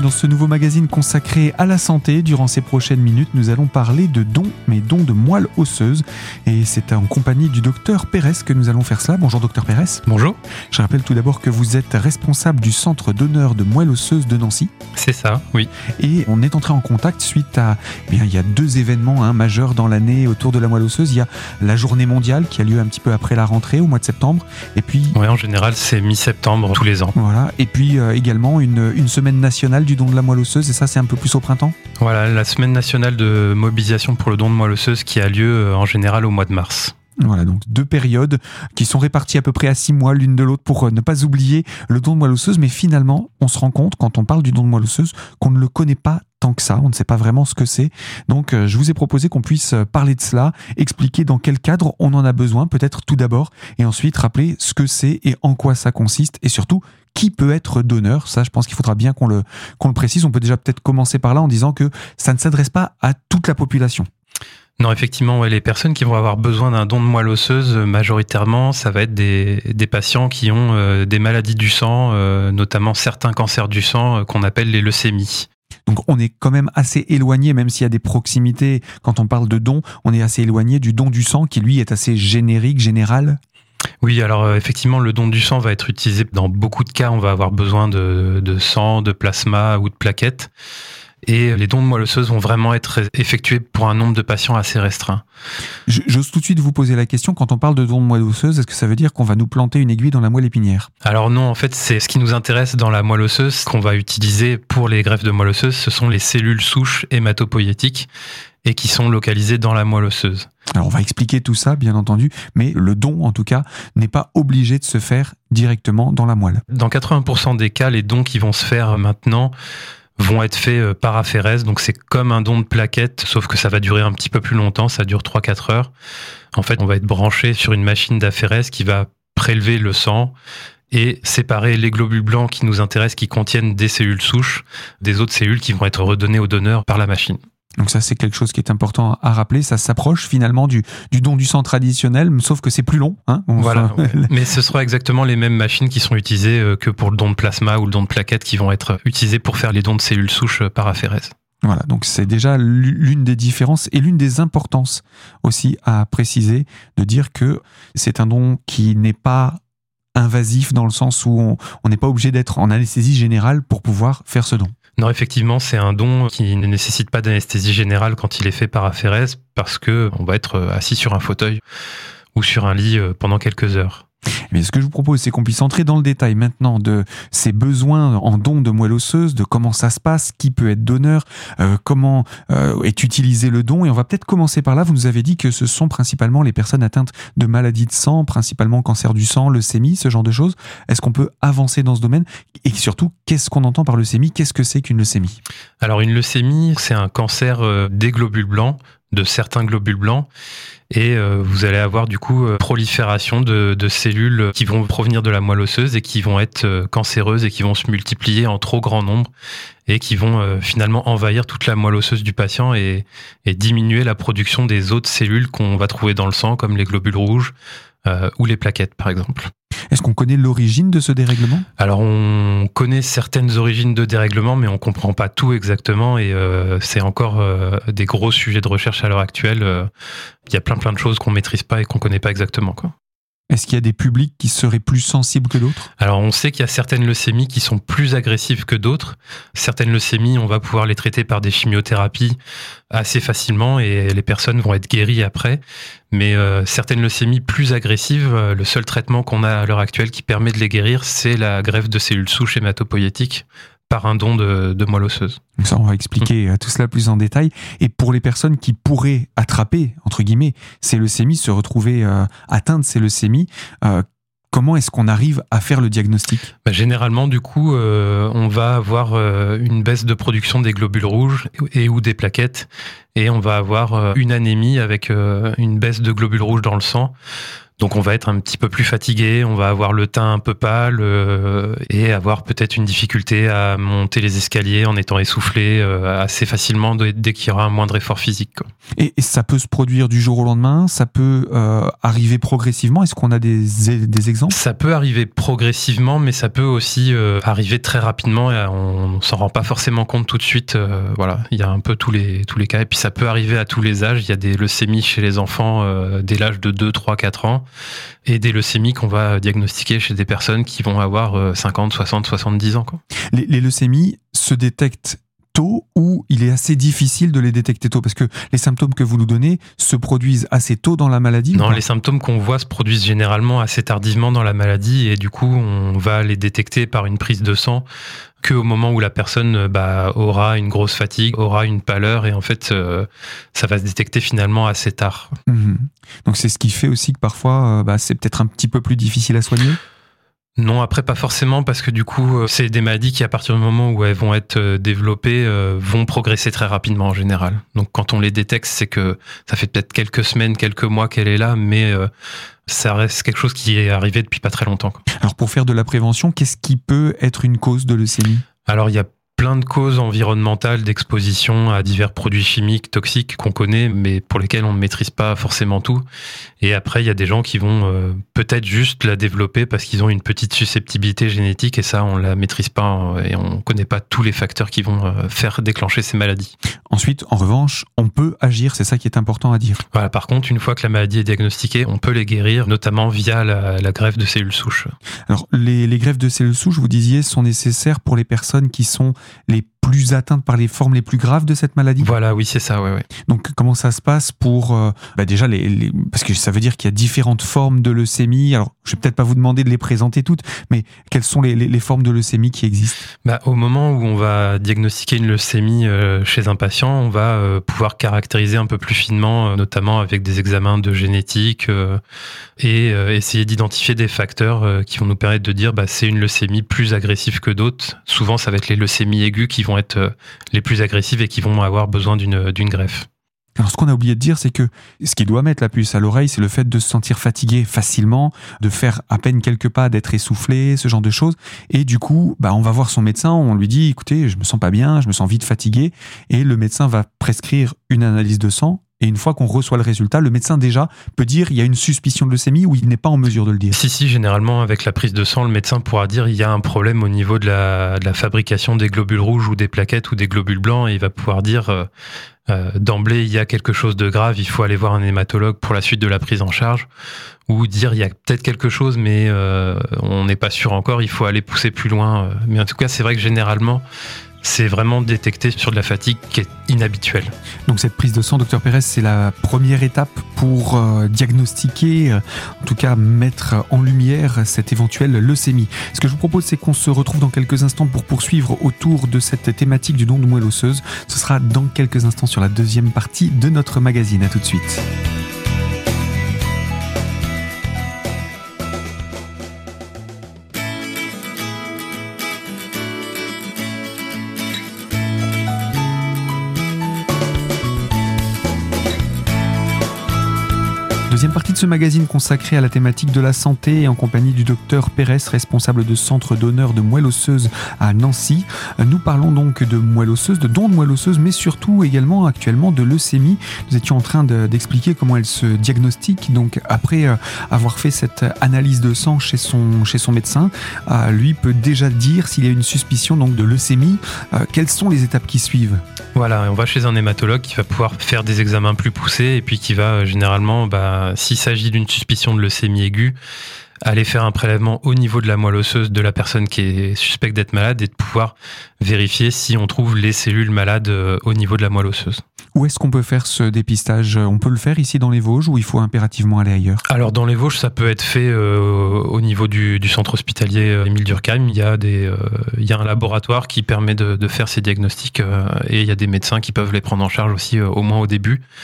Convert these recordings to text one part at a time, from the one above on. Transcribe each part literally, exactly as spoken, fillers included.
dans ce nouveau magazine consacré à la santé. Durant ces prochaines minutes, nous allons parler de dons, mais dons de moelle osseuse. Et c'est en compagnie du docteur Pérez que nous allons faire cela. Bonjour docteur Pérez. Bonjour. Je rappelle tout d'abord que vous êtes responsable du centre donneur de moelle osseuse de Nancy. C'est ça, oui. Et on est entré en contact suite à... Eh bien, il y a deux événements hein, majeurs dans l'année autour de la moelle osseuse. Il y a la journée mondiale qui a lieu un petit peu après la rentrée, au mois de septembre. Et puis... Oui, en général, c'est mi-septembre tous les ans. Voilà. Et puis euh, également une, une semaine nationale du don de la moelle osseuse. Et ça, c'est un peu plus au printemps ? Voilà, la semaine nationale de mobilisation pour le don de moelle osseuse qui a lieu euh, en général au mois de mars. Voilà, donc deux périodes qui sont réparties à peu près à six mois l'une de l'autre pour ne pas oublier le don de moelle osseuse. Mais finalement, on se rend compte, quand on parle du don de moelle osseuse, qu'on ne le connaît pas tant que ça. On ne sait pas vraiment ce que c'est. Donc, je vous ai proposé qu'on puisse parler de cela, expliquer dans quel cadre on en a besoin, peut-être tout d'abord, et ensuite rappeler ce que c'est et en quoi ça consiste, et surtout, qui peut être donneur. Ça, je pense qu'il faudra bien qu'on le, qu'on le précise. On peut déjà peut-être commencer par là en disant que ça ne s'adresse pas à toute la population. Non, effectivement, ouais, les personnes qui vont avoir besoin d'un don de moelle osseuse, majoritairement, ça va être des, des patients qui ont euh, des maladies du sang, euh, notamment certains cancers du sang euh, qu'on appelle les leucémies. Donc on est quand même assez éloigné, même s'il y a des proximités, quand on parle de don, on est assez éloigné du don du sang qui lui est assez générique, général. Oui, alors euh, effectivement, le don du sang va être utilisé dans beaucoup de cas. On va avoir besoin de, de sang, de plasma ou de plaquettes. Et les dons de moelle osseuse vont vraiment être effectués pour un nombre de patients assez restreint. J'ose tout de suite vous poser la question, quand on parle de dons de moelle osseuse, est-ce que ça veut dire qu'on va nous planter une aiguille dans la moelle épinière ? Alors non, en fait, c'est ce qui nous intéresse dans la moelle osseuse, ce qu'on va utiliser pour les greffes de moelle osseuse, ce sont les cellules souches hématopoïétiques et qui sont localisées dans la moelle osseuse. Alors on va expliquer tout ça, bien entendu, mais le don, en tout cas, n'est pas obligé de se faire directement dans la moelle. Dans quatre-vingts pour cent des cas, les dons qui vont se faire maintenant vont être faits par aphérèse, donc c'est comme un don de plaquettes, sauf que ça va durer un petit peu plus longtemps, ça dure trois à quatre heures. En fait, on va être branché sur une machine d'aphérèse qui va prélever le sang et séparer les globules blancs qui nous intéressent, qui contiennent des cellules souches, des autres cellules qui vont être redonnées au donneur par la machine. Donc ça, c'est quelque chose qui est important à rappeler. Ça s'approche finalement du, du don du sang traditionnel, sauf que c'est plus long. Hein on voilà. Enfin... Mais ce sera exactement les mêmes machines qui sont utilisées que pour le don de plasma ou le don de plaquettes qui vont être utilisées pour faire les dons de cellules souches par aphérèse. Voilà, donc c'est déjà l'une des différences et l'une des importances aussi à préciser, de dire que c'est un don qui n'est pas invasif dans le sens où on n'est pas obligé d'être en anesthésie générale pour pouvoir faire ce don. Non, effectivement, c'est un don qui ne nécessite pas d'anesthésie générale quand il est fait par aphérèse parce que on va être assis sur un fauteuil ou sur un lit pendant quelques heures. Mais ce que je vous propose, c'est qu'on puisse entrer dans le détail maintenant de ces besoins en don de moelle osseuse, de comment ça se passe, qui peut être donneur, euh, comment euh, est utilisé le don. Et on va peut-être commencer par là. Vous nous avez dit que ce sont principalement les personnes atteintes de maladies de sang, principalement cancer du sang, leucémie, ce genre de choses. Est-ce qu'on peut avancer dans ce domaine ? Et surtout, qu'est-ce qu'on entend par leucémie ? Qu'est-ce que c'est qu'une leucémie ? Alors une leucémie, c'est un cancer des globules blancs, de certains globules blancs, et euh, vous allez avoir du coup euh, prolifération de, de cellules qui vont provenir de la moelle osseuse et qui vont être euh, cancéreuses et qui vont se multiplier en trop grand nombre et qui vont euh, finalement envahir toute la moelle osseuse du patient et, et diminuer la production des autres cellules qu'on va trouver dans le sang comme les globules rouges euh, ou les plaquettes par exemple. Est-ce qu'on connaît l'origine de ce dérèglement ? Alors, on connaît certaines origines de dérèglement, mais on ne comprend pas tout exactement. Et euh, c'est encore euh, des gros sujets de recherche à l'heure actuelle. Il euh, y a plein plein de choses qu'on ne maîtrise pas et qu'on ne connaît pas exactement, quoi. Est-ce qu'il y a des publics qui seraient plus sensibles que d'autres ? Alors, on sait qu'il y a certaines leucémies qui sont plus agressives que d'autres. Certaines leucémies, on va pouvoir les traiter par des chimiothérapies assez facilement et les personnes vont être guéries après. Mais euh, certaines leucémies plus agressives, euh, le seul traitement qu'on a à l'heure actuelle qui permet de les guérir, c'est la greffe de cellules souches hématopoïétiques par un don de, de moelle osseuse. Donc ça, on va expliquer mmh. tout cela plus en détail. Et pour les personnes qui pourraient attraper, entre guillemets, ces leucémies, se retrouver euh, atteintes de ces leucémies, euh, comment est-ce qu'on arrive à faire le diagnostic ? Bah, généralement, du coup, euh, on va avoir euh, une baisse de production des globules rouges et ou des plaquettes, et on va avoir euh, une anémie avec euh, une baisse de globules rouges dans le sang. Donc on va être un petit peu plus fatigué, on va avoir le teint un peu pâle euh, et avoir peut-être une difficulté à monter les escaliers en étant essoufflé euh, assez facilement dès qu'il y aura un moindre effort physique, quoi. Et, et ça peut se produire du jour au lendemain, ça peut euh, arriver progressivement. Est-ce qu'on a des, des exemples ? Ça peut arriver progressivement, mais ça peut aussi euh, arriver très rapidement et on, on s'en rend pas forcément compte tout de suite. Euh, voilà, il y a un peu tous les, tous les cas. Et puis ça peut arriver à tous les âges. Il y a des leucémies chez les enfants euh, dès l'âge de deux, trois, quatre ans. Et des leucémies qu'on va diagnostiquer chez des personnes qui vont avoir cinquante, soixante, soixante-dix ans, quoi. Les, les leucémies se détectent tôt ou il est assez difficile de les détecter tôt? Parce que les symptômes que vous nous donnez se produisent assez tôt dans la maladie? Non, les symptômes qu'on voit se produisent généralement assez tardivement dans la maladie et du coup, on va les détecter par une prise de sang qu'au moment où la personne bah, aura une grosse fatigue, aura une pâleur et en fait, euh, ça va se détecter finalement assez tard. Mmh. Donc c'est ce qui fait aussi que parfois, euh, bah, c'est peut-être un petit peu plus difficile à soigner? Non, après pas forcément parce que du coup c'est des maladies qui à partir du moment où elles vont être développées euh, vont progresser très rapidement en général. Donc quand on les détecte, c'est que ça fait peut-être quelques semaines, quelques mois qu'elle est là, mais euh, ça reste quelque chose qui est arrivé depuis pas très longtemps, quoi. Alors pour faire de la prévention, qu'est-ce qui peut être une cause de leucémie? Alors il y a plein de causes environnementales d'exposition à divers produits chimiques toxiques qu'on connaît, mais pour lesquels on ne maîtrise pas forcément tout. Et après, il y a des gens qui vont euh, peut-être juste la développer parce qu'ils ont une petite susceptibilité génétique et ça, on la maîtrise pas et on connaît pas tous les facteurs qui vont euh, faire déclencher ces maladies. Ensuite, en revanche, on peut agir, c'est ça qui est important à dire. Voilà, par contre, une fois que la maladie est diagnostiquée, on peut les guérir, notamment via la, la greffe de cellules souches. Alors, les, les greffes de cellules souches, vous disiez, sont nécessaires pour les personnes qui sont les plus atteintes par les formes les plus graves de cette maladie? Voilà, oui, c'est ça, ouais, ouais. Donc, comment ça se passe pour... Euh, bah déjà, les, les, parce que ça veut dire qu'il y a différentes formes de leucémie. Alors, je vais peut-être pas vous demander de les présenter toutes, mais quelles sont les, les, les formes de leucémie qui existent? Bah, au moment où on va diagnostiquer une leucémie euh, chez un patient, on va euh, pouvoir caractériser un peu plus finement, euh, notamment avec des examens de génétique euh, et euh, essayer d'identifier des facteurs euh, qui vont nous permettre de dire bah, c'est une leucémie plus agressive que d'autres. Souvent, ça va être les leucémies aiguës qui vont être les plus agressives et qui vont avoir besoin d'une, d'une greffe. Alors, ce qu'on a oublié de dire, c'est que ce qui doit mettre la puce à l'oreille, c'est le fait de se sentir fatigué facilement, de faire à peine quelques pas, d'être essoufflé, ce genre de choses. Et du coup, bah, on va voir son médecin, on lui dit, écoutez, je me sens pas bien, je me sens vite fatigué. Et le médecin va prescrire une analyse de sang. Et une fois qu'on reçoit le résultat, le médecin déjà peut dire il y a une suspicion de leucémie ou il n'est pas en mesure de le dire. Si, si, généralement avec la prise de sang, le médecin pourra dire il y a un problème au niveau de la, de la fabrication des globules rouges ou des plaquettes ou des globules blancs et il va pouvoir dire euh, euh, d'emblée il y a quelque chose de grave, il faut aller voir un hématologue pour la suite de la prise en charge ou dire il y a peut-être quelque chose mais euh, on n'est pas sûr encore, il faut aller pousser plus loin. Mais en tout cas, c'est vrai que généralement, c'est vraiment détecté sur de la fatigue qui est inhabituelle. Donc cette prise de sang, docteur Pérez, c'est la première étape pour euh, diagnostiquer, euh, en tout cas mettre en lumière cette éventuelle leucémie. Ce que je vous propose, c'est qu'on se retrouve dans quelques instants pour poursuivre autour de cette thématique du don de moelle osseuse. Ce sera dans quelques instants sur la deuxième partie de notre magazine. À tout de suite. Deuxième partie de ce magazine consacré à la thématique de la santé et en compagnie du docteur Pérez, responsable de centre donneur de moelle osseuse à Nancy. Nous parlons donc de moelle osseuse, de don de moelle osseuse, mais surtout également actuellement de leucémie. Nous étions en train de, d'expliquer comment elle se diagnostique. Donc après euh, avoir fait cette analyse de sang chez son, chez son médecin, euh, lui peut déjà dire s'il y a une suspicion donc, de leucémie. Euh, quelles sont les étapes qui suivent? Voilà, on va chez un hématologue qui va pouvoir faire des examens plus poussés et puis qui va euh, généralement... Bah, s'il s'agit d'une suspicion de leucémie aiguë, aller faire un prélèvement au niveau de la moelle osseuse de la personne qui est suspecte d'être malade et de pouvoir vérifier si on trouve les cellules malades au niveau de la moelle osseuse. Où est-ce qu'on peut faire ce dépistage? On peut le faire ici dans les Vosges ou il faut impérativement aller ailleurs? Alors dans les Vosges, ça peut être fait euh, au niveau du, du centre hospitalier Émile Durkheim. Il y a des, euh, il y a un laboratoire qui permet de, de faire ces diagnostics euh, et il y a des médecins qui peuvent les prendre en charge aussi, euh, au moins au début.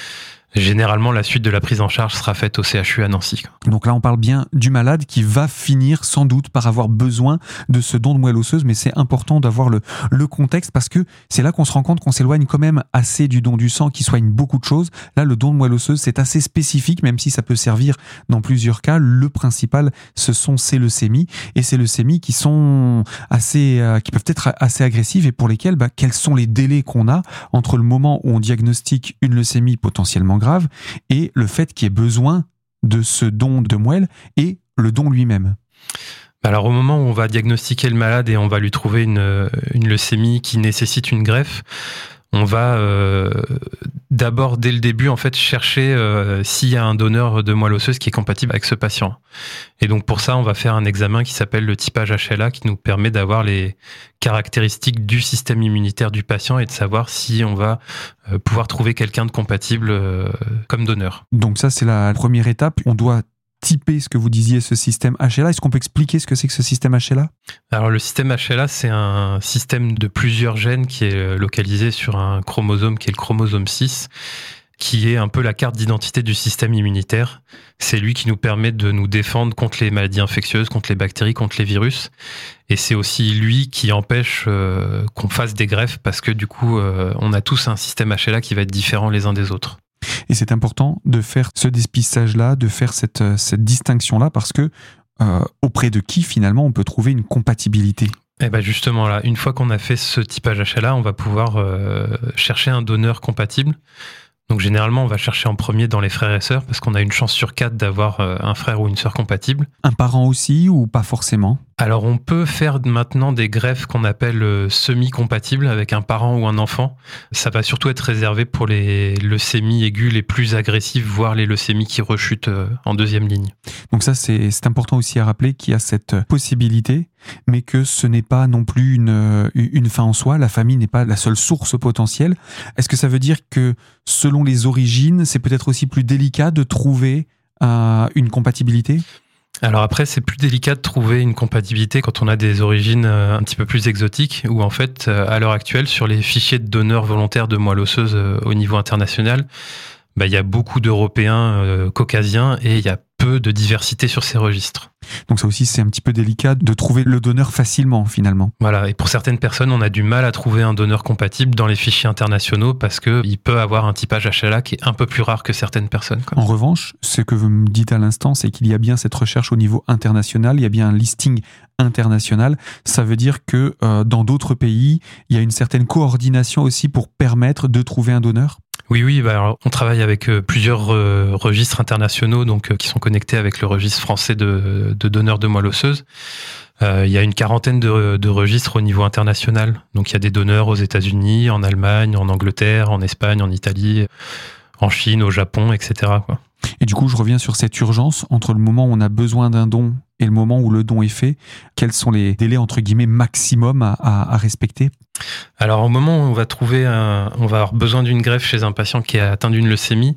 Généralement, la suite de la prise en charge sera faite au C H U à Nancy. Donc là, on parle bien du malade qui va finir sans doute par avoir besoin de ce don de moelle osseuse, mais c'est important d'avoir le, le contexte parce que c'est là qu'on se rend compte qu'on s'éloigne quand même assez du don du sang qui soigne beaucoup de choses. Là, le don de moelle osseuse, c'est assez spécifique, même si ça peut servir dans plusieurs cas. Le principal, ce sont ces leucémies, et ces leucémies qui sont assez, euh, qui peuvent être assez agressives et pour lesquelles, bah, quels sont les délais qu'on a entre le moment où on diagnostique une leucémie potentiellement grave et le fait qu'il y ait besoin de ce don de moelle et le don lui-même. Alors au moment où on va diagnostiquer le malade et on va lui trouver une, une leucémie qui nécessite une greffe, on va euh, d'abord, dès le début, en fait, chercher euh, s'il y a un donneur de moelle osseuse qui est compatible avec ce patient. Et donc pour ça, on va faire un examen qui s'appelle le typage H L A, qui nous permet d'avoir les caractéristiques du système immunitaire du patient et de savoir si on va euh, pouvoir trouver quelqu'un de compatible euh, comme donneur. Donc ça, c'est la première étape. On doit typer ce que vous disiez, ce système H L A. Est-ce qu'on peut expliquer ce que c'est que ce système H L A ? Alors le système H L A, c'est un système de plusieurs gènes qui est localisé sur un chromosome qui est le chromosome six, qui est un peu la carte d'identité du système immunitaire. C'est lui qui nous permet de nous défendre contre les maladies infectieuses, contre les bactéries, contre les virus. Et c'est aussi lui qui empêche euh, qu'on fasse des greffes parce que du coup, euh, on a tous un système H L A qui va être différent les uns des autres. Et c'est important de faire ce dépistage-là, de faire cette, cette distinction-là, parce que euh, auprès de qui, finalement, on peut trouver une compatibilité ? Eh ben justement, là, une fois qu'on a fait ce typage H L A, on va pouvoir euh, chercher un donneur compatible. Donc généralement, on va chercher en premier dans les frères et sœurs, parce qu'on a une chance sur quatre d'avoir euh, un frère ou une sœur compatible. Un parent aussi, ou pas forcément ? Alors on peut faire maintenant des greffes qu'on appelle euh, semi-compatibles avec un parent ou un enfant. Ça va surtout être réservé pour les leucémies aiguës les plus agressives, voire les leucémies qui rechutent euh, en deuxième ligne. Donc ça, c'est, c'est important aussi à rappeler qu'il y a cette possibilité, mais que ce n'est pas non plus une, une fin en soi. La famille n'est pas la seule source potentielle. Est-ce que ça veut dire que selon les origines, c'est peut-être aussi plus délicat de trouver euh, une compatibilité ? Alors après, c'est plus délicat de trouver une compatibilité quand on a des origines un petit peu plus exotiques, où en fait, à l'heure actuelle, sur les fichiers de donneurs volontaires de moelle osseuse au niveau international, bah, il y a beaucoup d'Européens euh, caucasiens et il y a peu de diversité sur ces registres. Donc ça aussi, c'est un petit peu délicat de trouver le donneur facilement, finalement. Voilà, et pour certaines personnes, on a du mal à trouver un donneur compatible dans les fichiers internationaux parce qu'il peut avoir un typage H L A qui est un peu plus rare que certaines personnes, quoi. En revanche, ce que vous me dites à l'instant, c'est qu'il y a bien cette recherche au niveau international, il y a bien un listing international. Ça veut dire que euh, dans d'autres pays, il y a une certaine coordination aussi pour permettre de trouver un donneur ? Oui, oui, bah alors, on travaille avec euh, plusieurs euh, registres internationaux donc, euh, qui sont connectés avec le registre français de, de donneurs de moelle osseuse. Euh, il y a une quarantaine de, de registres au niveau international. Donc il y a des donneurs aux États-Unis, en Allemagne, en Angleterre, en Espagne, en Italie, en Chine, au Japon, et cetera, quoi. Et du coup, je reviens sur cette urgence entre le moment où on a besoin d'un don et le moment où le don est fait. Quels sont les délais, entre guillemets, maximum à, à, à respecter ? Alors, au moment où on va trouver un, on va avoir besoin d'une greffe chez un patient qui est atteint d'une leucémie,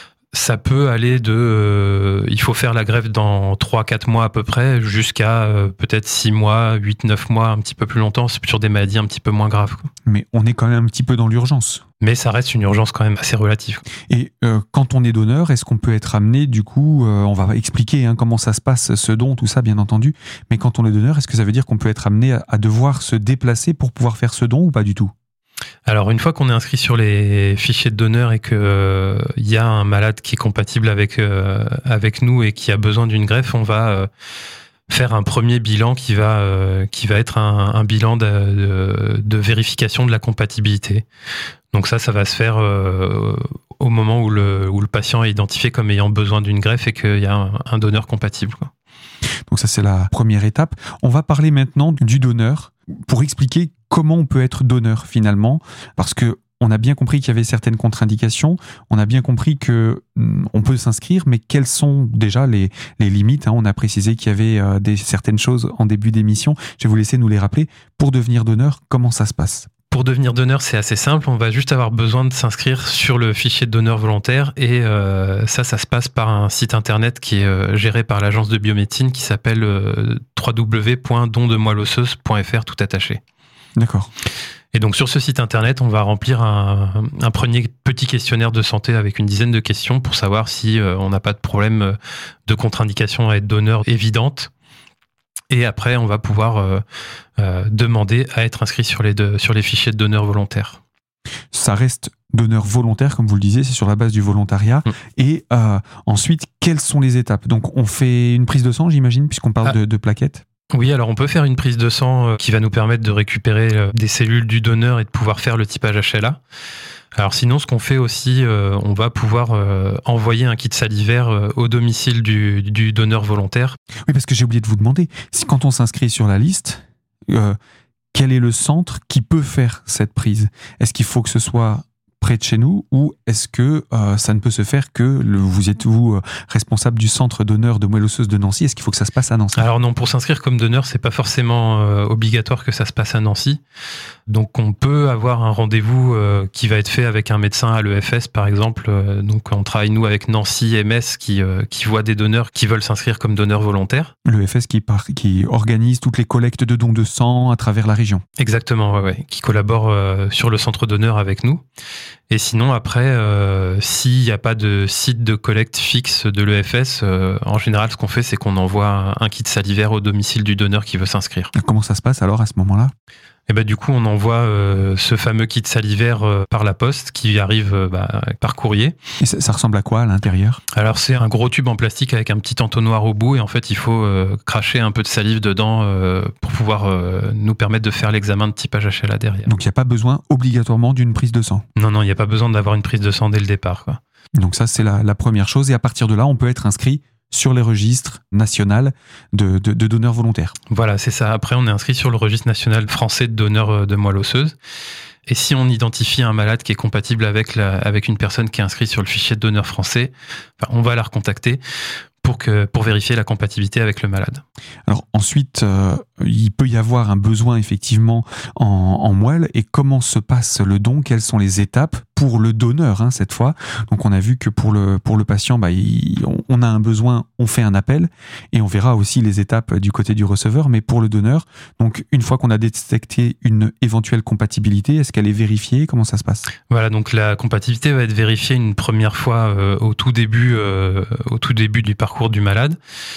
ça peut aller de, euh, il faut faire la greffe dans trois à quatre mois à peu près, jusqu'à euh, peut-être six mois, huit neuf mois, un petit peu plus longtemps, sur des maladies un petit peu moins graves, quoi. Mais on est quand même un petit peu dans l'urgence. Mais ça reste une urgence quand même assez relative. Et euh, quand on est donneur, est-ce qu'on peut être amené, du coup, euh, on va expliquer hein, comment ça se passe, ce don, tout ça, bien entendu, mais quand on est donneur, est-ce que ça veut dire qu'on peut être amené à, à devoir se déplacer pour pouvoir faire ce don ou pas du tout ? Alors, une fois qu'on est inscrit sur les fichiers de donneurs et qu'il euh, y a un malade qui est compatible avec, euh, avec nous et qui a besoin d'une greffe, on va euh, faire un premier bilan qui va, euh, qui va être un, un bilan de, de, de vérification de la compatibilité. Donc ça, ça va se faire euh, au moment où le, où le patient est identifié comme ayant besoin d'une greffe et qu'il y a un, un donneur compatible, quoi. Donc ça, c'est la première étape. On va parler maintenant du donneur pour expliquer comment on peut être donneur finalement, parce que on a bien compris qu'il y avait certaines contre-indications, on a bien compris que hum, on peut s'inscrire, mais quelles sont déjà les, les limites, hein. On a précisé qu'il y avait euh, des, certaines choses en début d'émission. Je vais vous laisser nous les rappeler. Pour devenir donneur, comment ça se passe ? Pour devenir donneur, c'est assez simple. On va juste avoir besoin de s'inscrire sur le fichier de donneur volontaire et euh, ça, ça se passe par un site internet qui est euh, géré par l'agence de biomédecine qui s'appelle euh, w w w point don de moelle osseuse point f r tout attaché. D'accord. Et donc sur ce site internet, on va remplir un, un premier petit questionnaire de santé avec une dizaine de questions pour savoir si euh, on n'a pas de problème de contre-indication à être donneur évidente. Et après, on va pouvoir euh, euh, demander à être inscrit sur les, deux, sur les fichiers de donneurs volontaires. Ça reste donneur volontaire, comme vous le disiez, c'est sur la base du volontariat. Mmh. Et euh, ensuite, quelles sont les étapes ? Donc on fait une prise de sang, j'imagine, puisqu'on parle ah. de, de plaquettes. Oui, alors on peut faire une prise de sang qui va nous permettre de récupérer des cellules du donneur et de pouvoir faire le typage H L A. Alors sinon, ce qu'on fait aussi, euh, on va pouvoir euh, envoyer un kit salivaire euh, au domicile du, du donneur volontaire. Oui, parce que j'ai oublié de vous demander, si quand on s'inscrit sur la liste, euh, quel est le centre qui peut faire cette prise ? Est-ce qu'il faut que ce soit près de chez nous, ou est-ce que euh, ça ne peut se faire que le, vous êtes vous euh, responsable du centre donneur de moelle osseuse de Nancy ? Est-ce qu'il faut que ça se passe à Nancy ? Alors non, pour s'inscrire comme donneur, c'est pas forcément euh, obligatoire que ça se passe à Nancy. Donc on peut avoir un rendez-vous euh, qui va être fait avec un médecin à l'E F S par exemple. Euh, donc on travaille nous avec Nancy M S qui euh, qui voit des donneurs qui veulent s'inscrire comme donneurs volontaires. L'E F S qui par, qui organise toutes les collectes de dons de sang à travers la région. Exactement, ouais, ouais, qui collabore euh, sur le centre donneur avec nous. Et sinon, après, euh, s'il n'y a pas de site de collecte fixe de l'E F S, euh, en général, ce qu'on fait, c'est qu'on envoie un kit salivaire au domicile du donneur qui veut s'inscrire. Comment ça se passe alors à ce moment-là ? Et ben, du coup, on envoie euh, ce fameux kit salivaire euh, par la poste qui arrive euh, bah, par courrier. Et ça, ça ressemble à quoi à l'intérieur ? Alors, c'est un gros tube en plastique avec un petit entonnoir au bout et en fait, il faut euh, cracher un peu de salive dedans euh, pour pouvoir euh, nous permettre de faire l'examen de typage H L A derrière. Donc, il n'y a pas besoin obligatoirement d'une prise de sang ? Non, non, il n'y a pas besoin d'avoir une prise de sang dès le départ, quoi. Donc ça, c'est la, la première chose. Et à partir de là, on peut être inscrit sur les registres nationaux de, de, de donneurs volontaires. Voilà, c'est ça. Après, on est inscrit sur le registre national français de donneurs de moelle osseuse. Et si on identifie un malade qui est compatible avec, la, avec une personne qui est inscrite sur le fichier de donneur français, enfin, on va la recontacter pour, que, pour vérifier la compatibilité avec le malade. Alors ensuite, euh, il peut y avoir un besoin effectivement en, en moelle. Et comment se passe le don ? Quelles sont les étapes pour le donneur hein, cette fois ? Donc on a vu que pour le, pour le patient, bah, il, on, on a un besoin, on fait un appel et on verra aussi les étapes du côté du receveur. Mais pour le donneur, donc une fois qu'on a détecté une éventuelle compatibilité, est-ce qu'elle est vérifiée ? Comment ça se passe ? Voilà, donc la compatibilité va être vérifiée une première fois euh, au tout début, euh, au tout début du parcours du malade.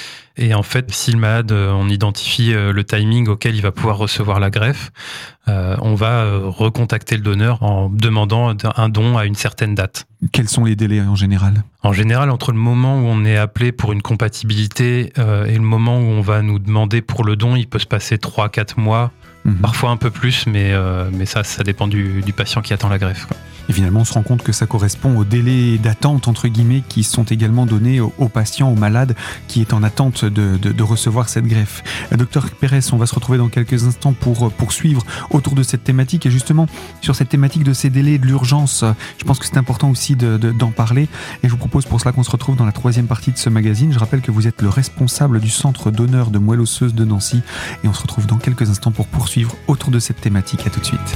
Et en fait, si le malade, on identifie le timing auquel il va pouvoir recevoir la greffe, euh, on va recontacter le donneur en demandant un don à une certaine date. Quels sont les délais en général ? En général, entre le moment où on est appelé pour une compatibilité euh, et le moment où on va nous demander pour le don, il peut se passer trois à quatre mois, mmh. parfois un peu plus, mais, euh, mais ça, ça dépend du, du patient qui attend la greffe, quoi. Et finalement, on se rend compte que ça correspond aux délais d'attente, entre guillemets, qui sont également donnés aux, aux patients, aux malades, qui est en attente de, de, de recevoir cette greffe. Docteur Pérez, on va se retrouver dans quelques instants pour poursuivre autour de cette thématique. Et justement, sur cette thématique de ces délais, de l'urgence, je pense que c'est important aussi de, de, d'en parler. Et je vous propose pour cela qu'on se retrouve dans la troisième partie de ce magazine. Je rappelle que vous êtes le responsable du centre donneur de moelle osseuse de Nancy. Et on se retrouve dans quelques instants pour poursuivre autour de cette thématique. À tout de suite.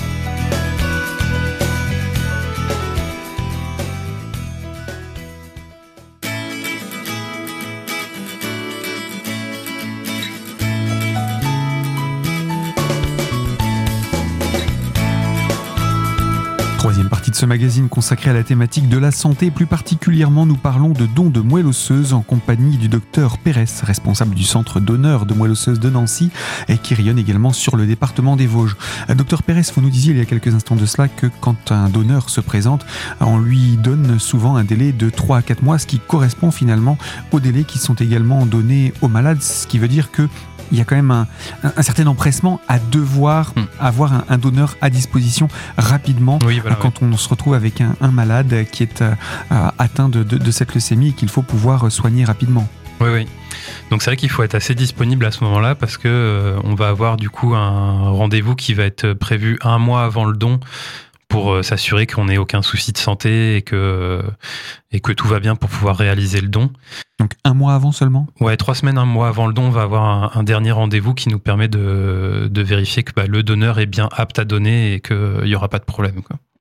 Troisième partie de ce magazine consacré à la thématique de la santé. Plus particulièrement, nous parlons de dons de moelle osseuse en compagnie du docteur Pérez, responsable du centre donneur de moelle osseuse de Nancy et qui rayonne également sur le département des Vosges. Docteur Pérez, vous nous disiez il y a quelques instants de cela que quand un donneur se présente, on lui donne souvent un délai de trois à quatre mois, ce qui correspond finalement aux délais qui sont également donnés aux malades, ce qui veut dire que il y a quand même un, un, un certain empressement à devoir mmh. avoir un, un donneur à disposition rapidement oui, voilà, quand oui. on se retrouve avec un, un malade qui est euh, atteint de, de, de cette leucémie et qu'il faut pouvoir soigner rapidement. Oui, oui. Donc c'est vrai qu'il faut être assez disponible à ce moment-là parce que euh, on va avoir du coup un rendez-vous qui va être prévu un mois avant le don pour euh, s'assurer qu'on n'ait aucun souci de santé et que, euh, et que tout va bien pour pouvoir réaliser le don. Donc un mois avant seulement ? Ouais, trois semaines, un mois avant le don, on va avoir un, un dernier rendez-vous qui nous permet de, de vérifier que bah, le donneur est bien apte à donner et qu'il n'y aura pas de problème, quoi.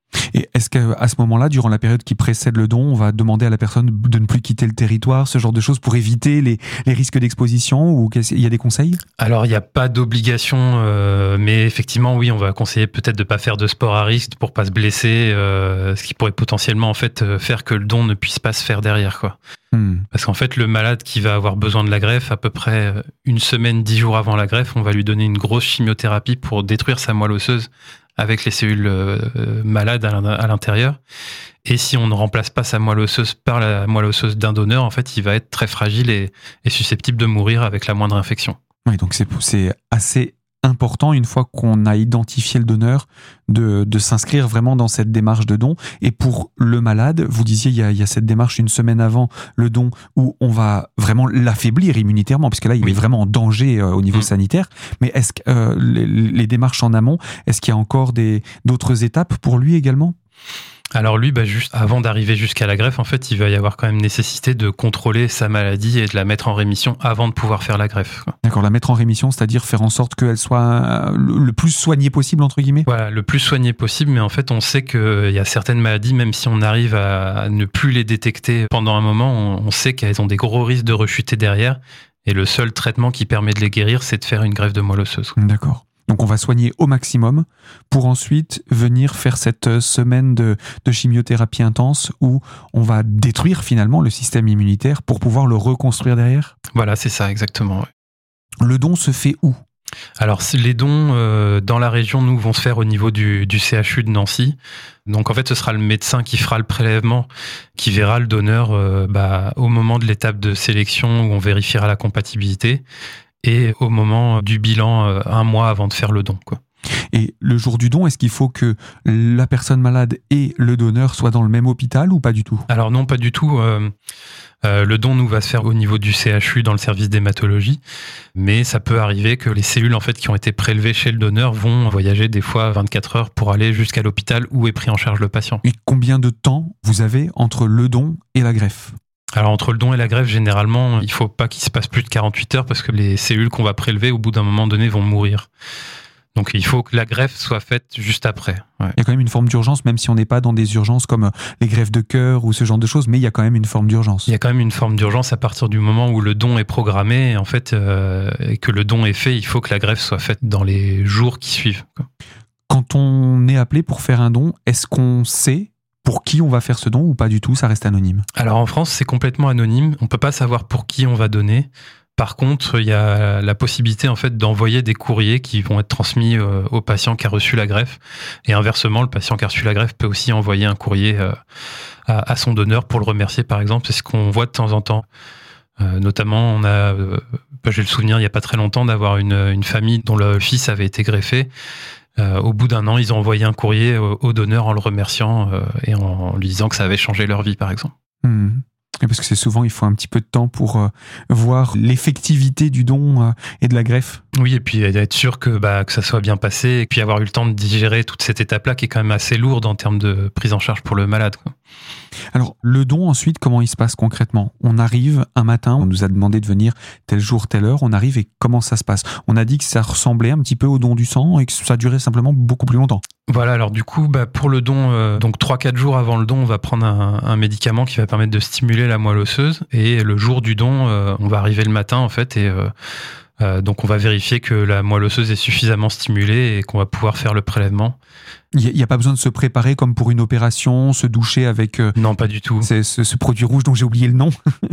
Et est-ce qu'à ce moment-là, durant la période qui précède le don, on va demander à la personne de ne plus quitter le territoire, ce genre de choses, pour éviter les, les risques d'exposition, ou il y a des conseils? Alors, il n'y a pas d'obligation, euh, mais effectivement, oui, on va conseiller peut-être de ne pas faire de sport à risque pour ne pas se blesser, euh, ce qui pourrait potentiellement en fait, faire que le don ne puisse pas se faire derrière, quoi. Hmm. Parce qu'en fait, le malade qui va avoir besoin de la greffe, à peu près une semaine, dix jours avant la greffe, on va lui donner une grosse chimiothérapie pour détruire sa moelle osseuse avec les cellules euh, malades à l'intérieur. Et si on ne remplace pas sa moelle osseuse par la moelle osseuse d'un donneur, en fait, il va être très fragile et, et susceptible de mourir avec la moindre infection. Oui, donc c'est, c'est assez important, une fois qu'on a identifié le donneur, de, de s'inscrire vraiment dans cette démarche de don. Et pour le malade, vous disiez, il y a, il y a cette démarche une semaine avant le don où on va vraiment l'affaiblir immunitairement, parce que là, il oui. est vraiment en danger euh, au niveau mmh. sanitaire. Mais est-ce que euh, les, les démarches en amont, est-ce qu'il y a encore des, d'autres étapes pour lui également ? Alors lui, bah juste avant d'arriver jusqu'à la greffe, en fait, il va y avoir quand même nécessité de contrôler sa maladie et de la mettre en rémission avant de pouvoir faire la greffe. D'accord, la mettre en rémission, c'est-à-dire faire en sorte qu'elle soit le plus soignée possible, entre guillemets ? Voilà, le plus soignée possible, mais en fait, on sait qu'il y a certaines maladies, même si on arrive à ne plus les détecter pendant un moment, on sait qu'elles ont des gros risques de rechuter derrière, et le seul traitement qui permet de les guérir, c'est de faire une greffe de moelle osseuse. D'accord. Donc on va soigner au maximum pour ensuite venir faire cette semaine de, de chimiothérapie intense où on va détruire finalement le système immunitaire pour pouvoir le reconstruire derrière. Voilà, c'est ça, exactement. Ouais. Le don se fait où ? Alors les dons euh, dans la région, nous, vont se faire au niveau du, du C H U de Nancy. Donc en fait, ce sera le médecin qui fera le prélèvement, qui verra le donneur euh, bah, au moment de l'étape de sélection où on vérifiera la compatibilité, et au moment du bilan, euh, un mois avant de faire le don, quoi. Et le jour du don, est-ce qu'il faut que la personne malade et le donneur soient dans le même hôpital ou pas du tout ? Alors non, pas du tout. Euh, euh, le don, nous, va se faire au niveau du C H U dans le service d'hématologie, mais ça peut arriver que les cellules en fait, qui ont été prélevées chez le donneur vont voyager des fois vingt-quatre heures pour aller jusqu'à l'hôpital où est pris en charge le patient. Et combien de temps vous avez entre le don et la greffe ? Alors entre le don et la greffe, généralement, il ne faut pas qu'il se passe plus de quarante-huit heures parce que les cellules qu'on va prélever, au bout d'un moment donné, vont mourir. Donc il faut que la greffe soit faite juste après. Ouais. Il y a quand même une forme d'urgence, même si on n'est pas dans des urgences comme les greffes de cœur ou ce genre de choses, mais il y a quand même une forme d'urgence. Il y a quand même une forme d'urgence à partir du moment où le don est programmé, en fait, euh, et que le don est fait, il faut que la greffe soit faite dans les jours qui suivent, quoi. Quand on est appelé pour faire un don, est-ce qu'on sait pour qui on va faire ce don ou pas du tout, ça reste anonyme ? Alors en France, c'est complètement anonyme. On ne peut pas savoir pour qui on va donner. Par contre, il y a la possibilité en fait d'envoyer des courriers qui vont être transmis euh, au patient qui a reçu la greffe. Et inversement, le patient qui a reçu la greffe peut aussi envoyer un courrier euh, à, à son donneur pour le remercier, par exemple. C'est ce qu'on voit de temps en temps. Euh, notamment, on a, euh, j'ai le souvenir il n'y a pas très longtemps d'avoir une, une famille dont le fils avait été greffé. Euh, au bout d'un an, ils ont envoyé un courrier au, au donneur en le remerciant euh, et en, en lui disant que ça avait changé leur vie, par exemple. Mmh. Parce que c'est souvent, il faut un petit peu de temps pour euh, voir l'effectivité du don euh, et de la greffe. Oui, et puis être sûr que, bah, que ça soit bien passé et puis avoir eu le temps de digérer toute cette étape-là qui est quand même assez lourde en termes de prise en charge pour le malade, quoi. Alors, le don, ensuite, comment il se passe concrètement ? On arrive un matin, on nous a demandé de venir tel jour, telle heure, on arrive et comment ça se passe ? On a dit que ça ressemblait un petit peu au don du sang et que ça durait simplement beaucoup plus longtemps. Voilà, alors du coup, bah, pour le don, euh, donc trois à quatre jours avant le don, on va prendre un, un médicament qui va permettre de stimuler la moelle osseuse, et le jour du don, euh, on va arriver le matin, en fait, et euh, euh, donc on va vérifier que la moelle osseuse est suffisamment stimulée et qu'on va pouvoir faire le prélèvement. Il n'y a, a pas besoin de se préparer comme pour une opération, se doucher avec... Euh, non, pas du tout. C'est ce, ce produit rouge dont j'ai oublié le nom.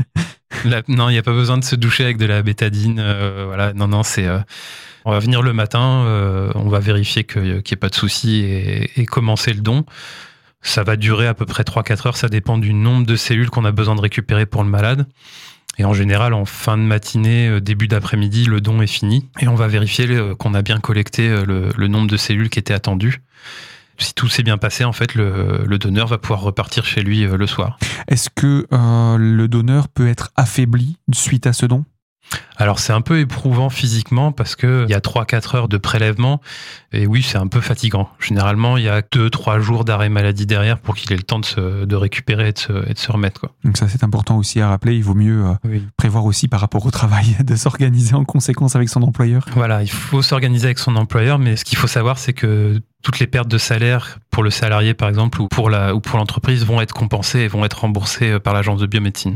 la, non, il n'y a pas besoin de se doucher avec de la bétadine. Euh, voilà, non, non, c'est... Euh, on va venir le matin, euh, on va vérifier que, qu'il n'y ait pas de soucis et, et commencer le don. Ça va durer à peu près trois à quatre heures, ça dépend du nombre de cellules qu'on a besoin de récupérer pour le malade. Et en général, en fin de matinée, début d'après-midi, le don est fini. Et on va vérifier qu'on a bien collecté le, le nombre de cellules qui étaient attendues. Si tout s'est bien passé, en fait, le, le donneur va pouvoir repartir chez lui le soir. Est-ce que euh, le donneur peut être affaibli suite à ce don ? Alors c'est un peu éprouvant physiquement parce qu'il y a trois à quatre heures de prélèvement et oui, c'est un peu fatigant. Généralement, il y a deux à trois jours d'arrêt maladie derrière pour qu'il ait le temps de, se, de récupérer et de, se, et de se remettre, quoi. Donc ça, c'est important aussi à rappeler. Il vaut mieux euh, oui. prévoir aussi par rapport au travail, de s'organiser en conséquence avec son employeur. Voilà, il faut s'organiser avec son employeur, mais ce qu'il faut savoir, c'est que toutes les pertes de salaire pour le salarié, par exemple, ou pour, la, ou pour l'entreprise vont être compensées et vont être remboursées par l'agence de biomédecine.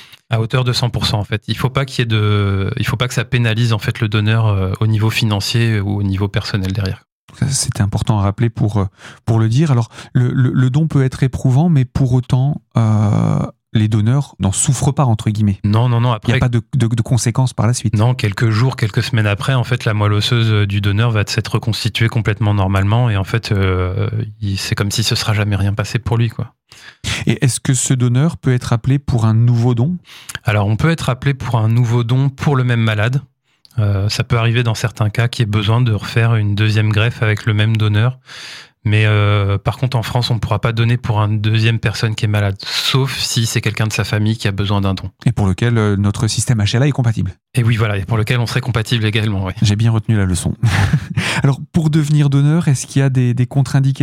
À hauteur de cent pour cent en fait. Il faut pas qu'il y ait de, il faut pas que ça pénalise en fait le donneur euh, au niveau financier ou au niveau personnel derrière. C'était important à rappeler pour pour le dire. Alors le, le, le don peut être éprouvant, mais pour autant euh, les donneurs n'en souffrent pas entre guillemets. Non non non. Après, il n'y a pas de, de, de conséquences par la suite. Non, quelques jours, quelques semaines après, en fait, la moelle osseuse du donneur va s'être reconstituée complètement normalement et en fait, euh, il, c'est comme si ce sera jamais rien passé pour lui, quoi. Et est-ce que ce donneur peut être appelé pour un nouveau don ? Alors, on peut être appelé pour un nouveau don pour le même malade. Euh, ça peut arriver dans certains cas qu'il y ait besoin de refaire une deuxième greffe avec le même donneur. Mais euh, par contre, en France, on ne pourra pas donner pour une deuxième personne qui est malade, sauf si c'est quelqu'un de sa famille qui a besoin d'un don. Et pour lequel euh, notre système H L A est compatible. Et oui, voilà, et pour lequel on serait compatible également, oui. J'ai bien retenu la leçon. Alors, pour devenir donneur, est-ce qu'il y a des, des contre-indications ?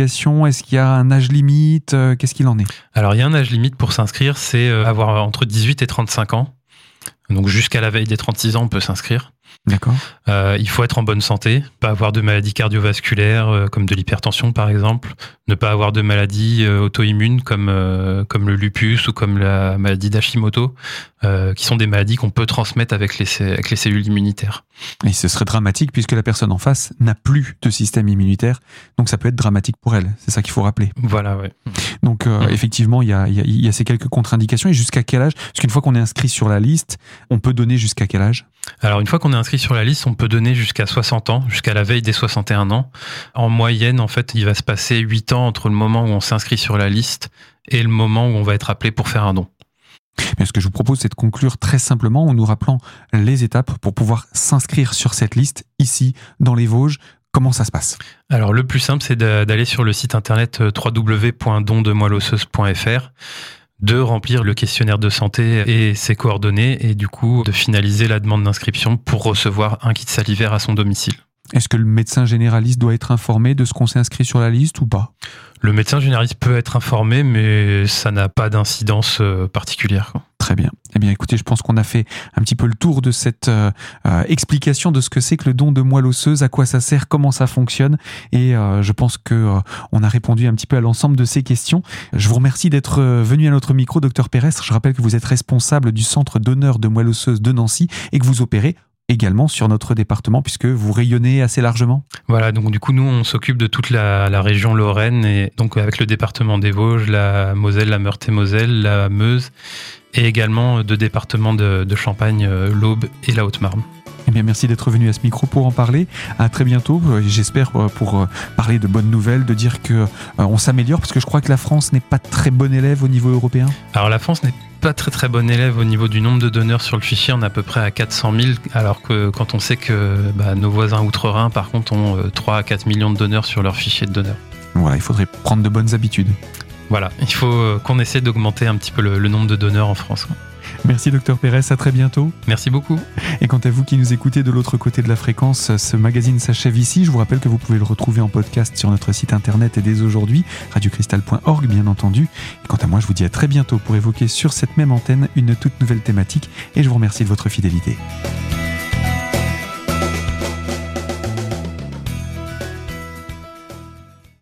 Est-ce qu'il y a un âge limite ? euh, Qu'est-ce qu'il en est ? Alors, il y a un âge limite pour s'inscrire, c'est avoir entre dix-huit et trente-cinq ans. Donc, jusqu'à la veille des trente-six ans, on peut s'inscrire. D'accord. Euh, il faut être en bonne santé, pas avoir de maladies cardiovasculaires euh, comme de l'hypertension par exemple, ne pas avoir de maladies euh, auto-immunes comme euh, comme le lupus ou comme la maladie d'Hashimoto, euh, qui sont des maladies qu'on peut transmettre avec les avec les cellules immunitaires. Et ce serait dramatique puisque la personne en face n'a plus de système immunitaire, donc ça peut être dramatique pour elle. C'est ça qu'il faut rappeler. Voilà, ouais. Donc euh, mmh. effectivement, il y a il y a, il y a ces quelques contre-indications. Et jusqu'à quel âge ? Parce qu'une fois qu'on est inscrit sur la liste, on peut donner jusqu'à quel âge ? Alors une fois qu'on est inscrit sur la liste, on peut donner jusqu'à soixante ans, jusqu'à la veille des soixante et un ans. En moyenne, en fait, il va se passer huit ans entre le moment où on s'inscrit sur la liste et le moment où on va être appelé pour faire un don. Mais ce que je vous propose, c'est de conclure très simplement en nous rappelant les étapes pour pouvoir s'inscrire sur cette liste ici, dans les Vosges. Comment ça se passe ? Alors le plus simple, c'est d'aller sur le site internet w w w point don de moelle osseuse point f r, de remplir le questionnaire de santé et ses coordonnées et du coup de finaliser la demande d'inscription pour recevoir un kit salivaire à son domicile. Est-ce que le médecin généraliste doit être informé de ce qu'on s'est inscrit sur la liste ou pas ? Le médecin généraliste peut être informé, mais ça n'a pas d'incidence particulière. Très bien. Eh bien, écoutez, je pense qu'on a fait un petit peu le tour de cette euh, euh, explication de ce que c'est que le don de moelle osseuse, à quoi ça sert, comment ça fonctionne. Et euh, je pense que euh, on a répondu un petit peu à l'ensemble de ces questions. Je vous remercie d'être venu à notre micro, docteur Perestre. Je rappelle que vous êtes responsable du centre donneur de moelle osseuse de Nancy et que vous opérez également sur notre département puisque vous rayonnez assez largement. Voilà, donc du coup nous on s'occupe de toute la, la région Lorraine et donc avec le département des Vosges, la Moselle, la Meurthe-et-Moselle, la Meuse et également de départements de, de Champagne, l'Aube et la Haute-Marne. Eh bien, merci d'être venu à ce micro pour en parler. À très bientôt. J'espère pour parler de bonnes nouvelles, de dire que on s'améliore parce que je crois que la France n'est pas très bonne élève au niveau européen. Alors la France n'est pas très très bonne élève au niveau du nombre de donneurs sur le fichier. On est à peu près à quatre cent mille, alors que quand on sait que bah, nos voisins outre-Rhin, par contre, ont trois à quatre millions de donneurs sur leur fichier de donneurs. Voilà, il faudrait prendre de bonnes habitudes. Voilà, il faut qu'on essaie d'augmenter un petit peu le, le nombre de donneurs en France. Merci docteur Pérez, à très bientôt. Merci beaucoup. Et quant à vous qui nous écoutez de l'autre côté de la fréquence, ce magazine s'achève ici. Je vous rappelle que vous pouvez le retrouver en podcast sur notre site internet et dès aujourd'hui, radio cristal point org bien entendu. Et quant à moi, je vous dis à très bientôt pour évoquer sur cette même antenne une toute nouvelle thématique et je vous remercie de votre fidélité.